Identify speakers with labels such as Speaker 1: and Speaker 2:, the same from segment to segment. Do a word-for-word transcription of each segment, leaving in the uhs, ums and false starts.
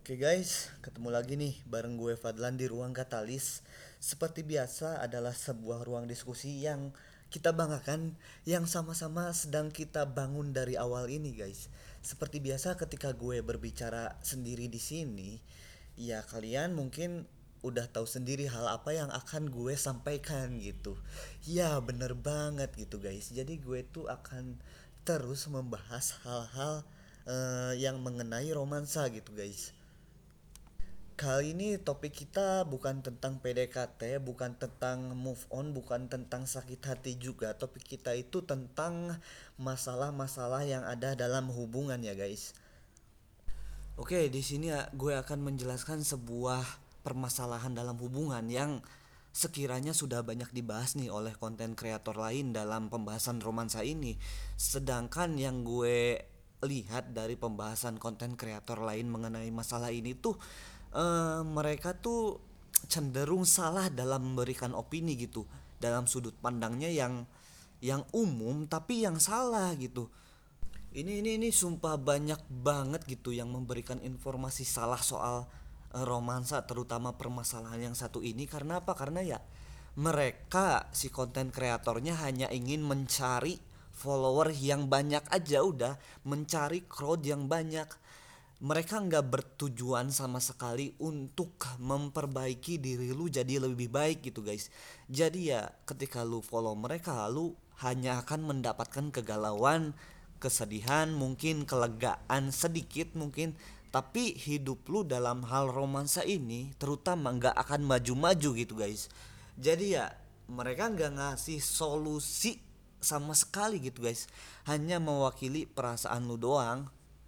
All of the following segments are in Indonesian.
Speaker 1: Oke guys, ketemu lagi nih bareng gue Fadlan di Ruang Katalis. Seperti biasa adalah sebuah ruang diskusi yang kita banggakan, yang sama-sama sedang kita bangun dari awal ini guys. Seperti biasa ketika gue berbicara sendiri di sini, ya kalian mungkin udah tahu sendiri hal apa yang akan gue sampaikan gitu. Ya bener banget gitu guys. Jadi gue tuh akan terus membahas hal-hal eh, yang mengenai romansa gitu guys. Kali ini topik kita bukan tentang P D K T, bukan tentang move on, bukan tentang sakit hati juga. Topik kita itu tentang masalah-masalah yang ada dalam hubungan ya guys. Oke, di sini ya, gue akan menjelaskan sebuah permasalahan dalam hubungan yang sekiranya sudah banyak dibahas nih oleh konten kreator lain dalam pembahasan romansa ini. Sedangkan yang gue lihat dari pembahasan konten kreator lain mengenai masalah ini tuh eh, mereka tuh cenderung salah dalam memberikan opini gitu, dalam sudut pandangnya yang yang umum tapi yang salah gitu. Ini ini ini sumpah banyak banget gitu yang memberikan informasi salah soal eh, romansa, terutama permasalahan yang satu ini. Karena apa? Karena ya mereka si konten kreatornya hanya ingin mencari follower yang banyak aja, udah mencari crowd yang banyak. Mereka nggak bertujuan sama sekali untuk memperbaiki diri lu jadi lebih baik gitu guys. Jadi ya ketika lu follow mereka, lu hanya akan mendapatkan kegalauan, kesedihan, mungkin kelegaan sedikit mungkin. Tapi hidup lu dalam hal romansa ini terutama nggak akan maju-maju gitu guys. Jadi ya mereka nggak ngasih solusi sama sekali gitu guys, hanya mewakili perasaan lu doang.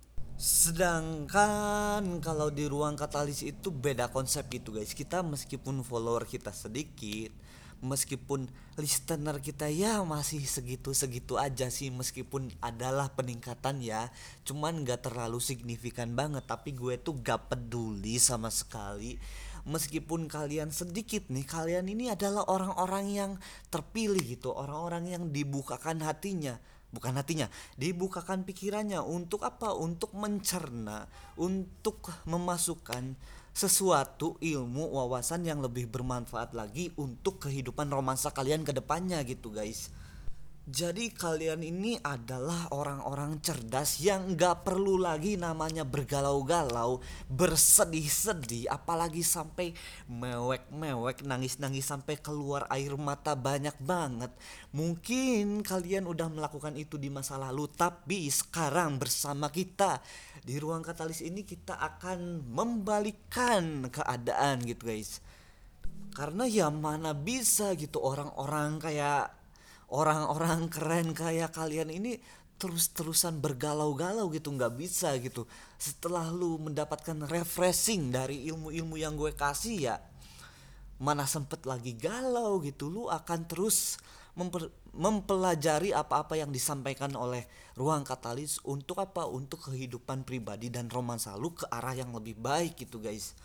Speaker 1: Sedangkan kalau di ruang katalis itu beda konsep gitu guys. Kita meskipun follower kita sedikit, meskipun listener kita ya masih segitu-segitu aja sih, meskipun adalah peningkatan ya, cuman gak terlalu signifikan banget. Tapi gue tuh gak peduli sama sekali. Meskipun kalian sedikit nih, kalian ini adalah orang-orang yang terpilih gitu, orang-orang yang dibukakan hatinya, bukan hatinya, dibukakan pikirannya untuk apa? Untuk mencerna, untuk memasukkan sesuatu ilmu wawasan yang lebih bermanfaat lagi untuk kehidupan romansa kalian ke depannya gitu guys. Jadi kalian ini adalah orang-orang cerdas yang gak perlu lagi namanya bergalau-galau, bersedih-sedih, apalagi sampai mewek-mewek, nangis-nangis sampai keluar air mata banyak banget. Mungkin kalian udah melakukan itu di masa lalu, tapi sekarang bersama kita di ruang katalis ini kita akan membalikkan keadaan gitu guys. Karena ya mana bisa gitu orang-orang kayak orang-orang keren kayak kalian ini terus-terusan bergalau-galau gitu, nggak bisa gitu. Setelah lu mendapatkan refreshing dari ilmu-ilmu yang gue kasih ya, mana sempet lagi galau gitu. Lu akan terus memper- mempelajari apa-apa yang disampaikan oleh ruang katalis untuk apa? Untuk kehidupan pribadi dan romansa lu ke arah yang lebih baik gitu guys.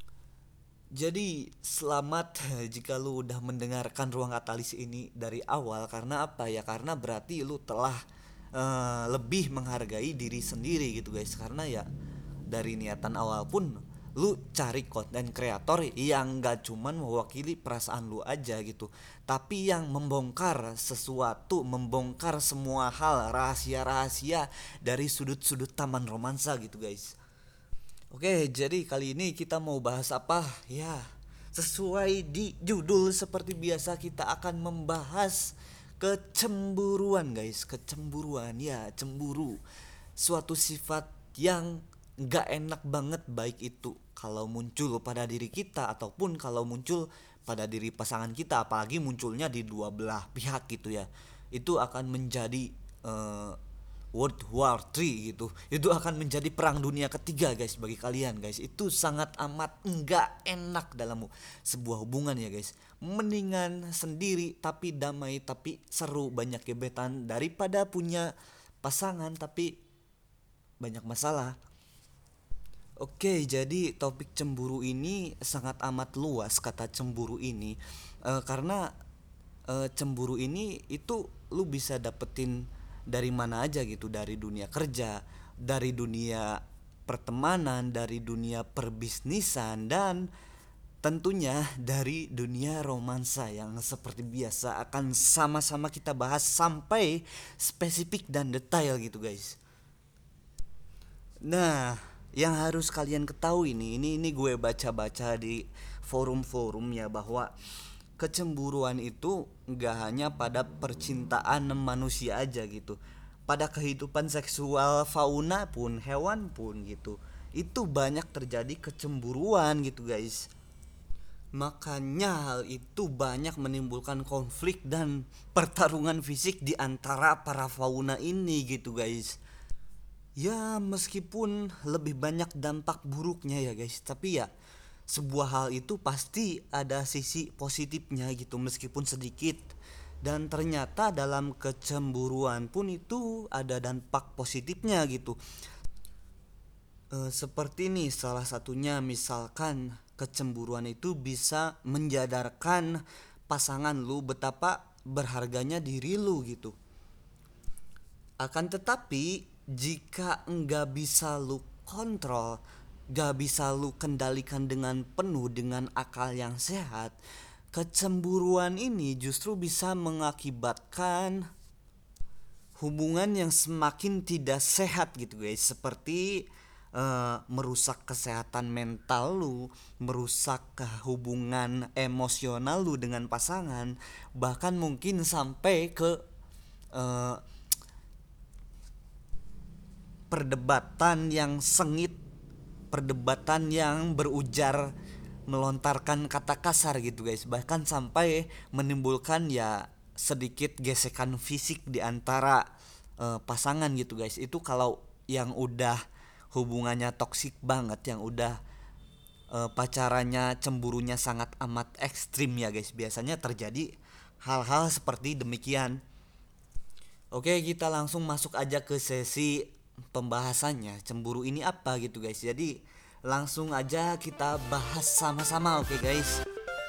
Speaker 1: Jadi selamat jika lu udah mendengarkan ruang katalis ini dari awal. Karena apa ya? Karena berarti lu telah eh, lebih menghargai diri sendiri gitu guys. Karena ya dari niatan awal pun lu cari konten kreator yang gak cuman mewakili perasaan lu aja gitu, tapi yang membongkar sesuatu, membongkar semua hal rahasia-rahasia dari sudut-sudut taman romansa gitu guys. Oke, jadi kali ini kita mau bahas apa? Ya, sesuai di judul seperti biasa kita akan membahas kecemburuan guys. Kecemburuan, ya cemburu. Suatu sifat yang gak enak banget, baik itu kalau muncul pada diri kita ataupun kalau muncul pada diri pasangan kita. Apalagi munculnya di dua belah pihak gitu ya. Itu akan menjadi eh, World War tiga gitu. Itu akan menjadi perang dunia ketiga guys bagi kalian guys. Itu sangat amat enggak enak dalam sebuah hubungan ya guys. Mendingan sendiri tapi damai tapi seru, banyak gebetan daripada punya pasangan tapi banyak masalah. Oke, jadi topik cemburu ini sangat amat luas kata cemburu ini. Eh, karena eh, cemburu ini itu lu bisa dapetin dari mana aja gitu, dari dunia kerja, dari dunia pertemanan, dari dunia perbisnisan, dan tentunya dari dunia romansa yang seperti biasa akan sama-sama kita bahas sampai spesifik dan detail gitu guys. Nah, yang harus kalian ketahui nih, ini ini gue baca-baca di forum-forum ya, bahwa kecemburuan itu nggak hanya pada percintaan manusia aja gitu. Pada kehidupan seksual fauna pun, hewan pun gitu. Itu banyak terjadi kecemburuan gitu guys. Makanya hal itu banyak menimbulkan konflik dan pertarungan fisik di antara para fauna ini gitu guys. Ya meskipun lebih banyak dampak buruknya ya guys, tapi ya sebuah hal itu pasti ada sisi positifnya gitu meskipun sedikit. Dan ternyata dalam kecemburuan pun itu ada dampak positifnya gitu. E, seperti nih salah satunya, misalkan kecemburuan itu bisa menjadarkan pasangan lu betapa berharganya diri lu gitu. Akan tetapi jika enggak bisa lu kontrol, gak bisa lu kendalikan dengan penuh dengan akal yang sehat, kecemburuan ini justru bisa mengakibatkan hubungan yang semakin tidak sehat gitu guys. Seperti uh, merusak kesehatan mental lu, merusak hubungan emosional lu dengan pasangan, bahkan mungkin sampai ke uh, perdebatan yang sengit, perdebatan yang berujar melontarkan kata kasar gitu guys, bahkan sampai menimbulkan ya sedikit gesekan fisik di antara uh, pasangan gitu guys. Itu kalau yang udah hubungannya toksik banget, yang udah uh, pacarannya cemburunya sangat amat ekstrim ya guys, biasanya terjadi hal-hal seperti demikian. Oke, kita langsung masuk aja ke sesi pembahasannya. Cemburu ini apa gitu guys. Jadi langsung aja kita bahas sama-sama, oke guys.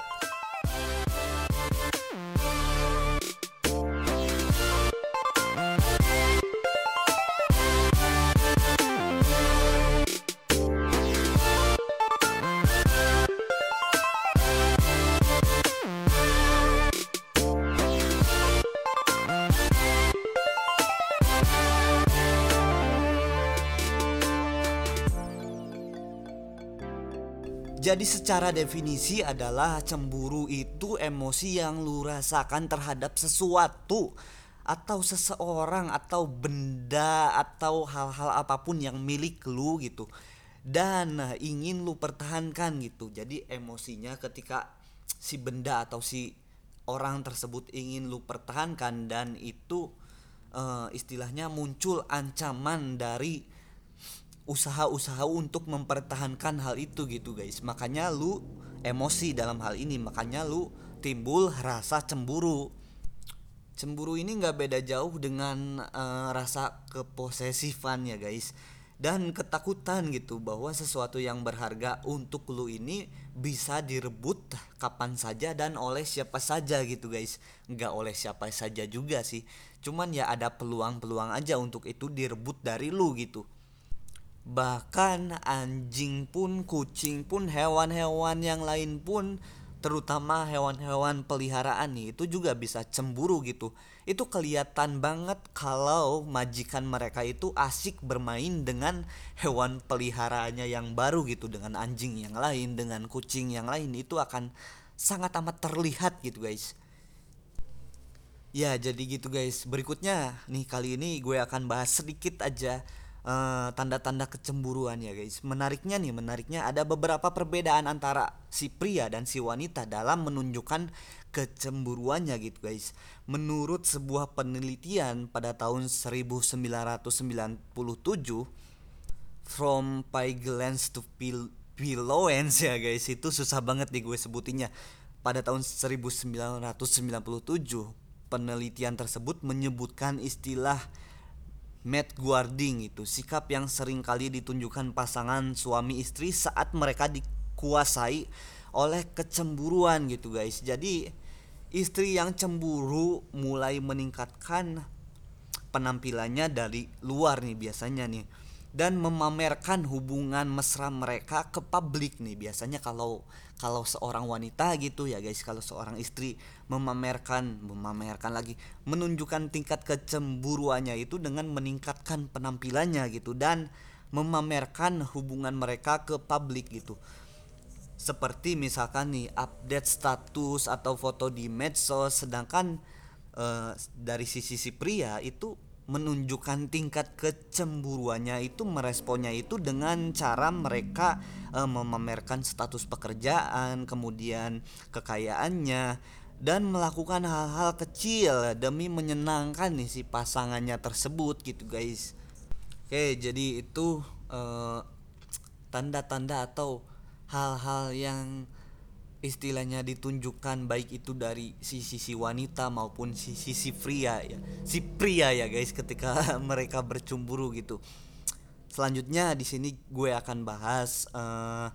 Speaker 1: Jadi secara definisi adalah cemburu itu emosi yang lu rasakan terhadap sesuatu atau seseorang atau benda atau hal-hal apapun yang milik lu gitu, dan ingin lu pertahankan gitu. Jadi emosinya ketika si benda atau si orang tersebut ingin lu pertahankan, dan itu uh, istilahnya muncul ancaman dari usaha-usaha untuk mempertahankan hal itu gitu guys. Makanya lu emosi dalam hal ini, makanya lu timbul rasa cemburu. Cemburu ini nggak beda jauh dengan uh, rasa keposesifan ya guys, dan ketakutan gitu bahwa sesuatu yang berharga untuk lu ini bisa direbut kapan saja dan oleh siapa saja gitu guys. Nggak oleh siapa saja juga sih, cuman ya ada peluang-peluang aja untuk itu direbut dari lu gitu. Bahkan anjing pun, kucing pun, hewan-hewan yang lain pun, terutama hewan-hewan peliharaan nih, itu juga bisa cemburu gitu. Itu kelihatan banget kalau majikan mereka itu asik bermain dengan hewan peliharaannya yang baru gitu, dengan anjing yang lain, dengan kucing yang lain. Itu akan sangat amat terlihat gitu guys. Ya jadi gitu guys. Berikutnya nih, kali ini gue akan bahas sedikit aja eh, tanda-tanda kecemburuan ya guys. Menariknya nih, menariknya ada beberapa perbedaan antara si pria dan si wanita dalam menunjukkan kecemburuannya gitu guys. Menurut sebuah penelitian pada tahun seribu sembilan ratus sembilan puluh tujuh, From Pyglands to Pil Piloens ya guys, itu susah banget nih gue sebutinnya. Pada tahun seribu sembilan ratus sembilan puluh tujuh, penelitian tersebut menyebutkan istilah Matt guarding, itu sikap yang sering kali ditunjukkan pasangan suami istri saat mereka dikuasai oleh kecemburuan gitu guys. Jadi istri yang cemburu mulai meningkatkan penampilannya dari luar nih biasanya nih, dan memamerkan hubungan mesra mereka ke publik nih. Biasanya kalau kalau seorang wanita gitu ya guys, kalau seorang istri memamerkan memamerkan lagi menunjukkan tingkat kecemburuannya itu dengan meningkatkan penampilannya gitu dan memamerkan hubungan mereka ke publik gitu. Seperti misalkan nih update status atau foto di medsos, sedangkan eh, dari sisi si pria itu menunjukkan tingkat kecemburuannya itu meresponnya itu dengan cara mereka eh, memamerkan status pekerjaan, kemudian kekayaannya dan melakukan hal-hal kecil demi menyenangkan nih si pasangannya tersebut gitu guys. Oke, jadi itu eh, tanda-tanda atau hal-hal yang istilahnya ditunjukkan baik itu dari si sisi wanita maupun si sisi pria ya. Si pria ya guys ketika mereka bercemburu gitu. Selanjutnya di sini gue akan bahas uh,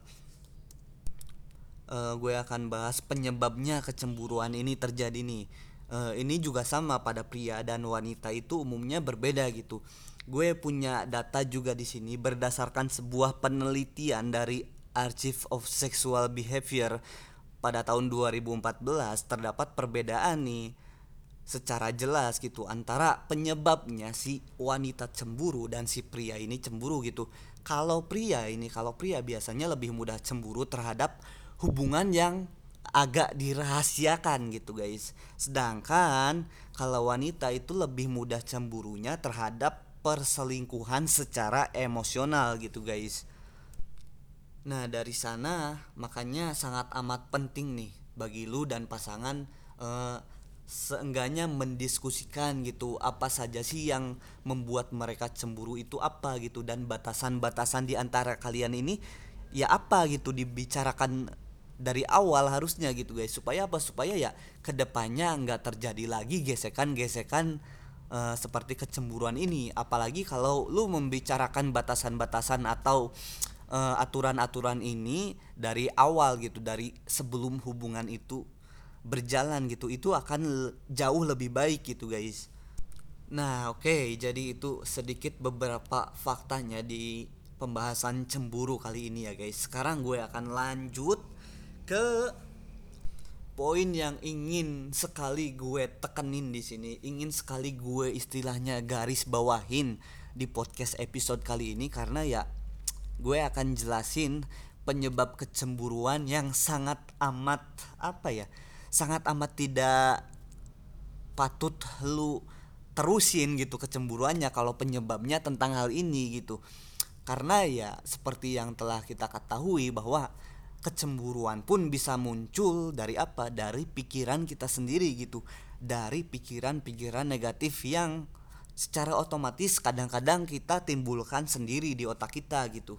Speaker 1: uh, gue akan bahas penyebabnya kecemburuan ini terjadi nih. Uh, ini juga sama pada pria dan wanita itu umumnya berbeda gitu. Gue punya data juga di sini berdasarkan sebuah penelitian dari Archive of Sexual Behavior pada tahun dua ribu empat belas. Terdapat perbedaan nih secara jelas gitu antara penyebabnya si wanita cemburu dan si pria ini cemburu gitu. Kalau pria ini, kalau pria biasanya lebih mudah cemburu terhadap hubungan yang agak dirahasiakan gitu guys. Sedangkan kalau wanita itu lebih mudah cemburunya terhadap perselingkuhan secara emosional gitu guys. Nah dari sana makanya sangat amat penting nih bagi lu dan pasangan eh, seenggaknya mendiskusikan gitu apa saja sih yang membuat mereka cemburu itu apa gitu, dan batasan-batasan di antara kalian ini ya apa gitu dibicarakan dari awal harusnya gitu guys, supaya apa, supaya ya kedepannya nggak terjadi lagi gesekan-gesekan eh, seperti kecemburuan ini. Apalagi kalau lu membicarakan batasan-batasan atau eh, aturan-aturan ini dari awal gitu, dari sebelum hubungan itu berjalan gitu, itu akan l- jauh lebih baik gitu guys. Nah oke, okay, jadi itu sedikit beberapa faktanya di pembahasan cemburu kali ini ya guys. Sekarang gue akan lanjut ke poin yang ingin sekali gue tekenin di sini, ingin sekali gue istilahnya garis bawahin di podcast episode kali ini, karena ya gue akan jelasin penyebab kecemburuan yang sangat amat apa ya, sangat amat tidak patut lu terusin gitu kecemburuannya kalau penyebabnya tentang hal ini gitu. Karena ya seperti yang telah kita ketahui bahwa kecemburuan pun bisa muncul dari apa? Dari pikiran kita sendiri gitu. Dari pikiran-pikiran negatif yang secara otomatis kadang-kadang kita timbulkan sendiri di otak kita gitu.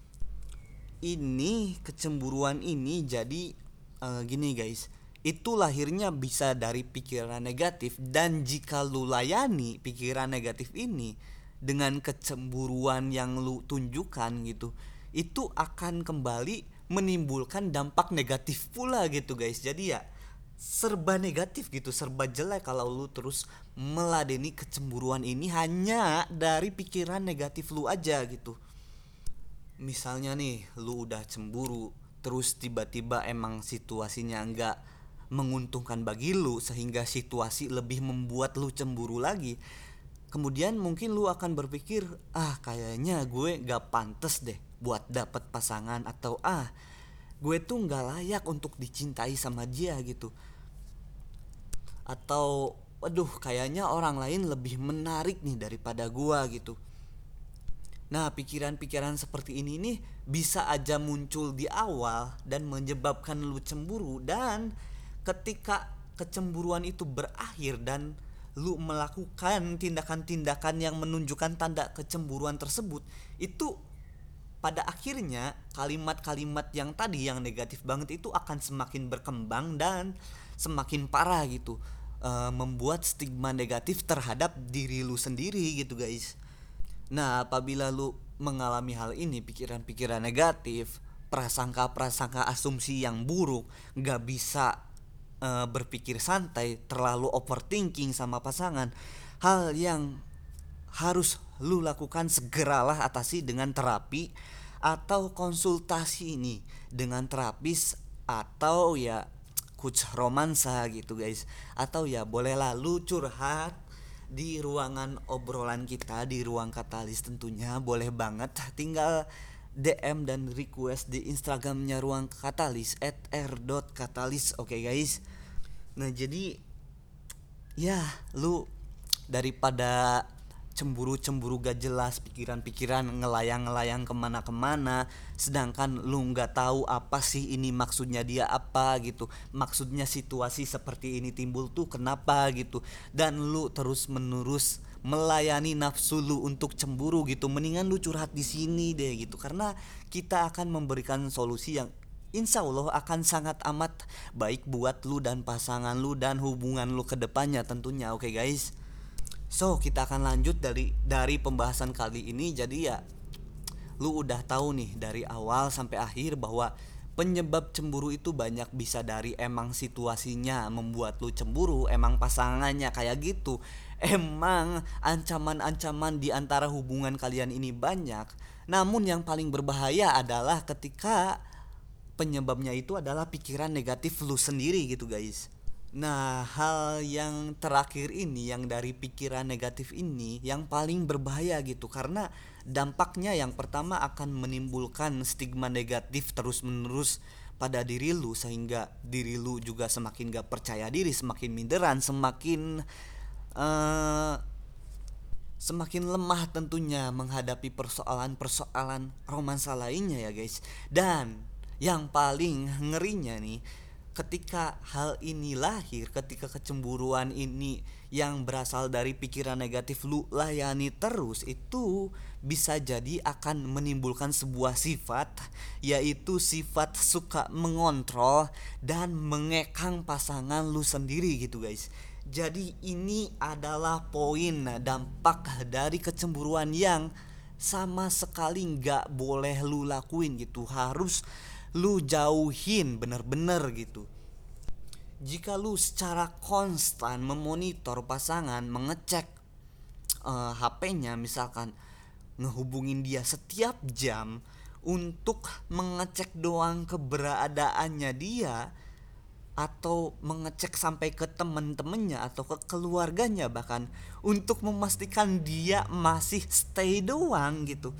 Speaker 1: Ini kecemburuan ini jadi uh, gini guys, itu lahirnya bisa dari pikiran negatif, dan jika lu layani pikiran negatif ini dengan kecemburuan yang lu tunjukkan gitu, itu akan kembali menimbulkan dampak negatif pula gitu guys. Jadi ya serba negatif gitu, serba jelek kalau lu terus meladeni kecemburuan ini hanya dari pikiran negatif lu aja gitu. Misalnya nih lu udah cemburu, terus tiba-tiba emang situasinya enggak menguntungkan bagi lu sehingga situasi lebih membuat lu cemburu lagi. Kemudian mungkin lu akan berpikir, ah kayaknya gue gak pantas deh buat dapet pasangan, atau ah gue tuh gak layak untuk dicintai sama dia gitu, atau waduh kayaknya orang lain lebih menarik nih daripada gue gitu. Nah, pikiran-pikiran seperti ini nih bisa aja muncul di awal dan menyebabkan lu cemburu, dan ketika kecemburuan itu berakhir dan lu melakukan tindakan-tindakan yang menunjukkan tanda kecemburuan tersebut, itu pada akhirnya kalimat-kalimat yang tadi yang negatif banget itu akan semakin berkembang dan semakin parah gitu, e, membuat stigma negatif terhadap diri lu sendiri gitu guys. Nah, apabila lu mengalami hal ini, pikiran-pikiran negatif, prasangka-prasangka asumsi yang buruk, gak bisa e, berpikir santai, terlalu overthinking sama pasangan, hal yang harus lu lakukan segeralah atasi dengan terapi atau konsultasi ini dengan terapis atau ya coach romansa gitu guys. Atau ya bolehlah lu curhat di ruangan obrolan kita di ruang katalis, tentunya boleh banget, tinggal D M dan request di Instagramnya ruang katalis at r dot katalis. Oke guys, nah jadi ya lu daripada cemburu-cemburu gak jelas, pikiran-pikiran ngelayang-ngelayang kemana-kemana, sedangkan lu nggak tahu apa sih ini maksudnya dia apa gitu, maksudnya situasi seperti ini timbul tuh kenapa gitu, dan lu terus menerus melayani nafsu lu untuk cemburu gitu, mendingan lu curhat di sini deh gitu, karena kita akan memberikan solusi yang insya Allah akan sangat amat baik buat lu dan pasangan lu dan hubungan lu ke depannya tentunya. Oke guys, so kita akan lanjut dari dari pembahasan kali ini. Jadi ya lu udah tahu nih dari awal sampai akhir bahwa penyebab cemburu itu banyak, bisa dari emang situasinya membuat lu cemburu, emang pasangannya kayak gitu, emang ancaman-ancaman di antara hubungan kalian ini banyak. Namun yang paling berbahaya adalah ketika penyebabnya itu adalah pikiran negatif lu sendiri gitu guys. Nah, hal yang terakhir ini, yang dari pikiran negatif ini yang paling berbahaya gitu, karena dampaknya yang pertama akan menimbulkan stigma negatif terus-menerus pada diri lu, sehingga diri lu juga semakin gak percaya diri, semakin minderan, semakin uh, semakin lemah tentunya menghadapi persoalan-persoalan romansa lainnya ya guys. Dan yang paling ngerinya nih, ketika hal ini lahir, ketika kecemburuan ini yang berasal dari pikiran negatif lu layani terus, itu bisa jadi akan menimbulkan sebuah sifat, yaitu sifat suka mengontrol dan mengekang pasangan lu sendiri gitu guys. Jadi ini adalah poin dampak dari kecemburuan yang sama sekali nggak boleh lu lakuin gitu, harus lu jauhin bener-bener gitu. Jika lu secara konstan memonitor pasangan, mengecek uh, H P-nya, misalkan ngehubungin dia setiap jam untuk mengecek doang keberadaannya dia, atau mengecek sampai ke temen-temennya atau ke keluarganya bahkan, untuk memastikan dia masih stay doang gitu.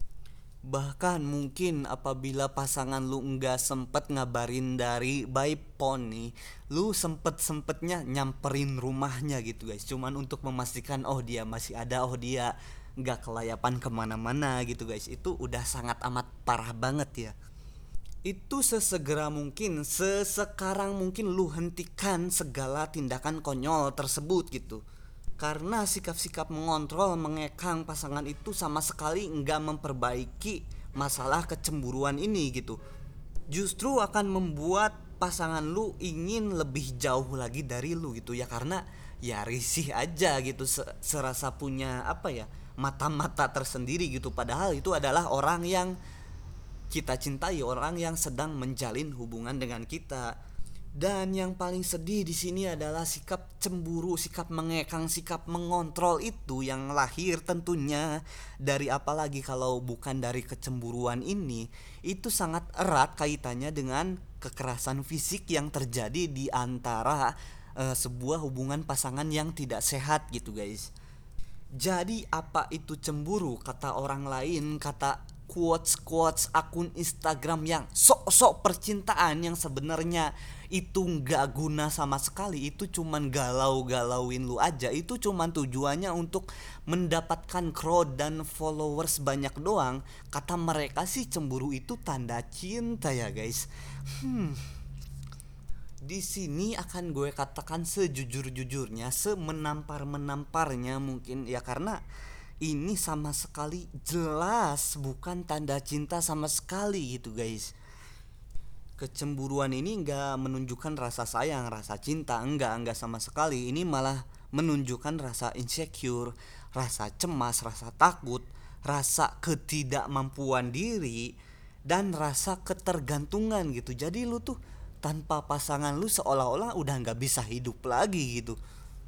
Speaker 1: Bahkan mungkin apabila pasangan lu nggak sempet ngabarin dari by phone nih, lu sempet-sempetnya nyamperin rumahnya gitu guys, cuman untuk memastikan oh dia masih ada, oh dia nggak kelayapan kemana-mana gitu guys. Itu udah sangat amat parah banget ya. Itu sesegera mungkin, sesekarang mungkin lu hentikan segala tindakan konyol tersebut gitu. Karena sikap-sikap mengontrol, mengekang pasangan itu sama sekali nggak memperbaiki masalah kecemburuan ini gitu. Justru akan membuat pasangan lu ingin lebih jauh lagi dari lu gitu ya, karena ya risih aja gitu, serasa punya apa ya, mata-mata tersendiri gitu, padahal itu adalah orang yang kita cintai, orang yang sedang menjalin hubungan dengan kita. Dan yang paling sedih di sini adalah sikap cemburu, sikap mengekang, sikap mengontrol itu yang lahir tentunya dari, apalagi kalau bukan dari kecemburuan ini, itu sangat erat kaitannya dengan kekerasan fisik yang terjadi di antara uh, sebuah hubungan pasangan yang tidak sehat gitu guys. Jadi apa itu cemburu? Kata orang lain, kata quotes-quotes akun Instagram yang sok-sok percintaan, yang sebenarnya itu nggak guna sama sekali, itu cuman galau-galauin lu aja, itu cuman tujuannya untuk mendapatkan crowd dan followers banyak doang. Kata mereka sih cemburu itu tanda cinta ya guys. Hmm. Di sini akan gue katakan sejujur-jujurnya, semenampar-menamparnya mungkin ya, karena ini sama sekali jelas bukan tanda cinta sama sekali gitu guys. Kecemburuan ini enggak menunjukkan rasa sayang, rasa cinta, enggak, enggak sama sekali. Ini malah menunjukkan rasa insecure, rasa cemas, rasa takut, rasa ketidakmampuan diri, dan rasa ketergantungan gitu. Jadi lu tuh tanpa pasangan lu seolah-olah udah enggak bisa hidup lagi gitu.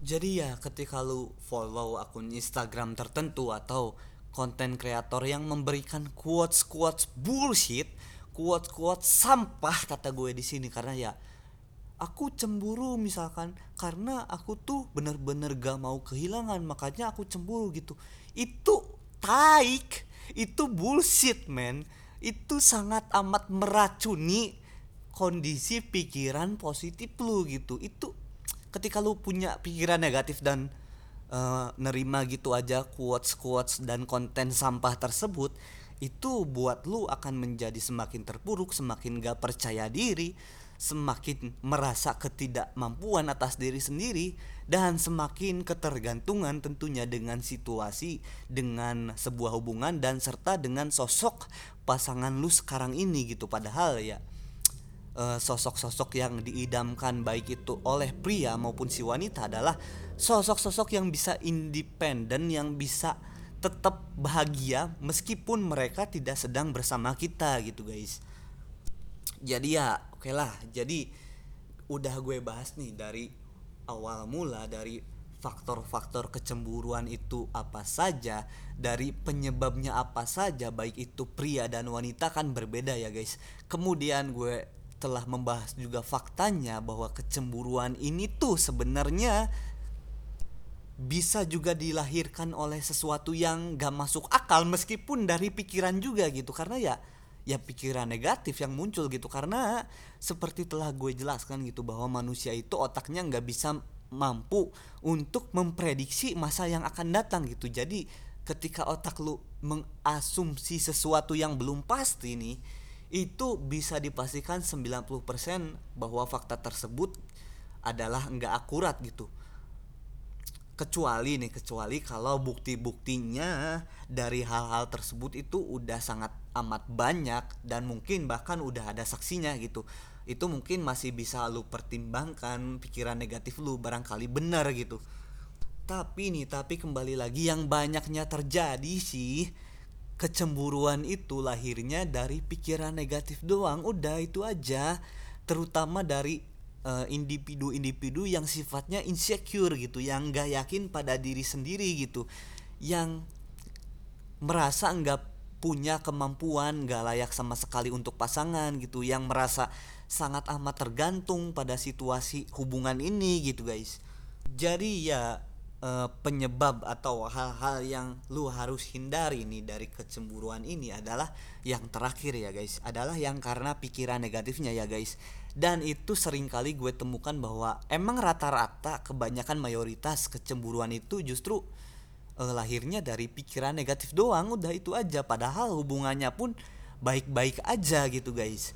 Speaker 1: Jadi ya ketika lu follow akun Instagram tertentu atau konten kreator yang memberikan quotes-quotes bullshit, quotes-quotes sampah kata gue di sini, karena ya aku cemburu misalkan karena aku tuh bener-bener gak mau kehilangan makanya aku cemburu gitu. Itu taik, itu bullshit man. Itu sangat amat meracuni kondisi pikiran positif lu gitu. Itu ketika lu punya pikiran negatif dan uh, nerima gitu aja quotes quotes dan konten sampah tersebut, itu buat lu akan menjadi semakin terpuruk, semakin gak percaya diri, semakin merasa ketidakmampuan atas diri sendiri, dan semakin ketergantungan tentunya dengan situasi, dengan sebuah hubungan, dan serta dengan sosok pasangan lu sekarang ini gitu. Padahal ya eh, sosok-sosok yang diidamkan baik itu oleh pria maupun si wanita adalah sosok-sosok yang bisa independen, yang bisa tetap bahagia meskipun mereka tidak sedang bersama kita gitu guys. Jadi ya oke okay lah, jadi udah gue bahas nih dari awal mula, dari faktor-faktor kecemburuan itu apa saja, dari penyebabnya apa saja, baik itu pria dan wanita kan berbeda ya guys. Kemudian gue telah membahas juga faktanya bahwa kecemburuan ini tuh sebenarnya bisa juga dilahirkan oleh sesuatu yang gak masuk akal meskipun dari pikiran juga gitu, karena ya ya pikiran negatif yang muncul gitu. Karena seperti telah gue jelaskan gitu bahwa manusia itu otaknya nggak bisa mampu untuk memprediksi masa yang akan datang gitu. Jadi ketika otak lu mengasumsi sesuatu yang belum pasti nih, itu bisa dipastikan sembilan puluh persen bahwa fakta tersebut adalah nggak akurat gitu. Kecuali nih, kecuali kalau bukti-buktinya dari hal-hal tersebut itu udah sangat amat banyak dan mungkin bahkan udah ada saksinya gitu. Itu mungkin masih bisa lu pertimbangkan, pikiran negatif lu barangkali benar gitu. Tapi nih, tapi kembali lagi yang banyaknya terjadi sih, kecemburuan itu lahirnya dari pikiran negatif doang. Udah itu aja. Terutama dari uh, individu-individu yang sifatnya insecure gitu, yang gak yakin pada diri sendiri gitu, yang merasa nggak punya kemampuan, nggak layak sama sekali untuk pasangan gitu, yang merasa sangat amat tergantung pada situasi hubungan ini gitu guys. Jadi ya eh, penyebab atau hal-hal yang lu harus hindari nih dari kecemburuan ini adalah yang terakhir ya guys, adalah yang karena pikiran negatifnya ya guys. Dan itu seringkali gue temukan bahwa emang rata-rata kebanyakan mayoritas kecemburuan itu justru eh, lahirnya dari pikiran negatif doang. Udah itu aja, padahal hubungannya pun baik-baik aja gitu guys.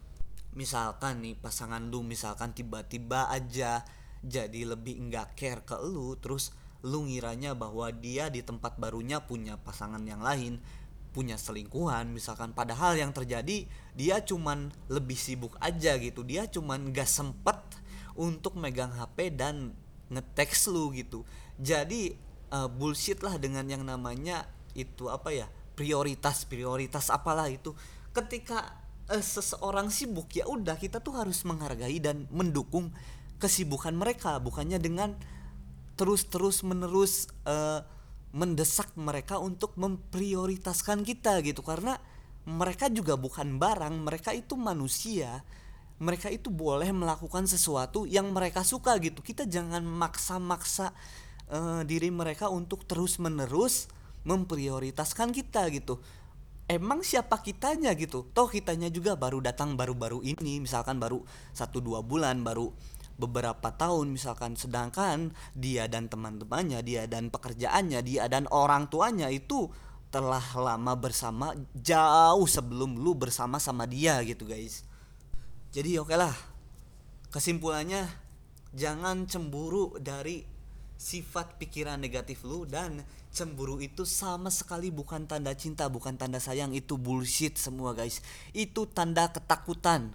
Speaker 1: Misalkan nih pasangan lu misalkan tiba-tiba aja jadi lebih enggak care ke lu, terus lu ngiranya bahwa dia di tempat barunya punya pasangan yang lain, punya selingkuhan misalkan, padahal yang terjadi dia cuman lebih sibuk aja gitu, dia cuman gak sempet untuk megang H P dan ngeteks lu gitu. Jadi uh, bullshit lah dengan yang namanya itu apa ya, prioritas prioritas apalah itu. Ketika uh, seseorang sibuk, ya udah kita tuh harus menghargai dan mendukung kesibukan mereka, bukannya dengan terus-terus menerus uh, mendesak mereka untuk memprioritaskan kita gitu. Karena mereka juga bukan barang, mereka itu manusia, mereka itu boleh melakukan sesuatu yang mereka suka gitu. Kita jangan maksa-maksa uh, diri mereka untuk terus-menerus memprioritaskan kita gitu. Emang siapa kitanya gitu? Toh kitanya juga baru datang baru-baru ini, misalkan baru satu dua bulan, baru beberapa tahun misalkan. Sedangkan dia dan teman-temannya, dia dan pekerjaannya, dia dan orang tuanya itu telah lama bersama jauh sebelum lu bersama sama dia gitu guys. Jadi oke okay lah, kesimpulannya jangan cemburu dari sifat pikiran negatif lu. Dan cemburu itu sama sekali bukan tanda cinta, bukan tanda sayang. Itu bullshit semua guys, itu tanda ketakutan.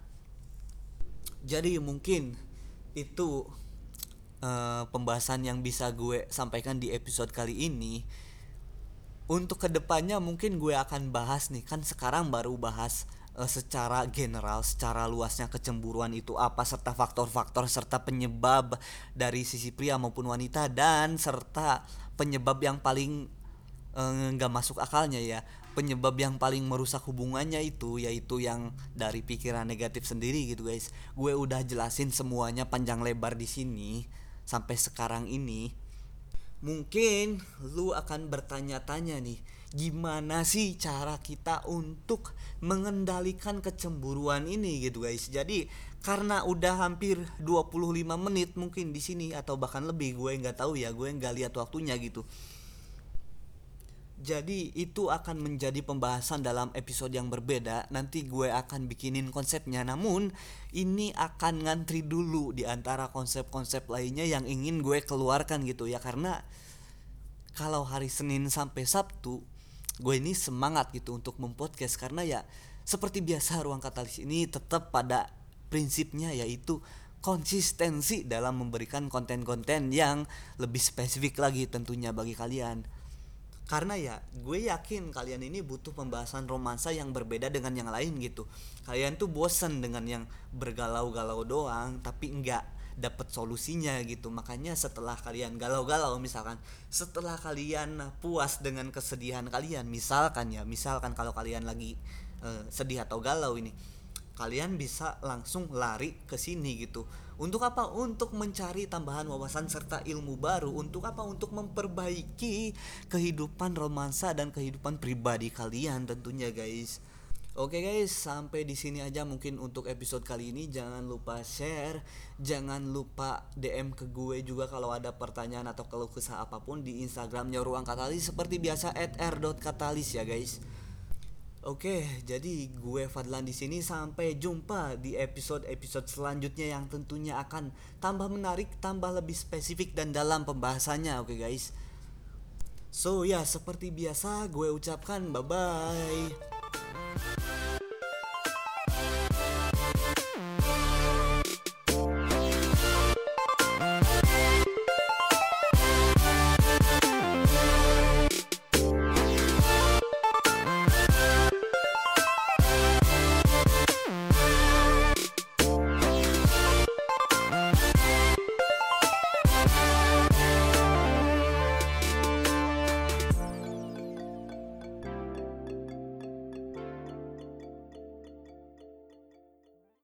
Speaker 1: Jadi mungkin itu uh, pembahasan yang bisa gue sampaikan di episode kali ini. Untuk kedepannya mungkin gue akan bahas nih, kan sekarang baru bahas eh, secara general, secara luasnya kecemburuan itu apa, serta faktor-faktor serta penyebab dari sisi pria maupun wanita, dan serta penyebab yang paling eh, nggak masuk akalnya ya, penyebab yang paling merusak hubungannya itu yaitu yang dari pikiran negatif sendiri gitu guys. Gue udah jelasin semuanya panjang lebar di sini sampai sekarang ini. Mungkin lu akan bertanya-tanya nih, gimana sih cara kita untuk mengendalikan kecemburuan ini gitu guys. Jadi karena udah hampir dua puluh lima menit mungkin di sini atau bahkan lebih, gue nggak tahu ya, gue nggak lihat waktunya gitu. Jadi itu akan menjadi pembahasan dalam episode yang berbeda. Nanti gue akan bikinin konsepnya. Namun ini akan ngantri dulu di antara konsep-konsep lainnya yang ingin gue keluarkan gitu ya. Karena kalau hari Senin sampai Sabtu gue ini semangat gitu untuk mempodcast. Karena ya seperti biasa Ruang Katalis ini tetap pada prinsipnya, yaitu konsistensi dalam memberikan konten-konten yang lebih spesifik lagi tentunya bagi kalian. Karena ya gue yakin kalian ini butuh pembahasan romansa yang berbeda dengan yang lain gitu. Kalian tuh bosen dengan yang bergalau-galau doang tapi enggak dapet solusinya gitu. Makanya setelah kalian galau-galau, misalkan setelah kalian puas dengan kesedihan kalian, misalkan ya misalkan kalau kalian lagi eh, sedih atau galau ini, kalian bisa langsung lari ke sini gitu. Untuk apa? Untuk mencari tambahan wawasan serta ilmu baru. Untuk apa? Untuk memperbaiki kehidupan romansa dan kehidupan pribadi kalian tentunya guys. Oke guys, sampai di sini aja mungkin untuk episode kali ini. Jangan lupa share, jangan lupa D M ke gue juga kalau ada pertanyaan atau keluh kesah apapun di Instagramnya Ruang Katalis seperti biasa at r dot katalis ya guys. Oke, jadi gue Fadlan di sini, sampai jumpa di episode-episode selanjutnya yang tentunya akan tambah menarik, tambah lebih spesifik dan dalam pembahasannya, oke guys. So ya, seperti biasa gue ucapkan bye-bye.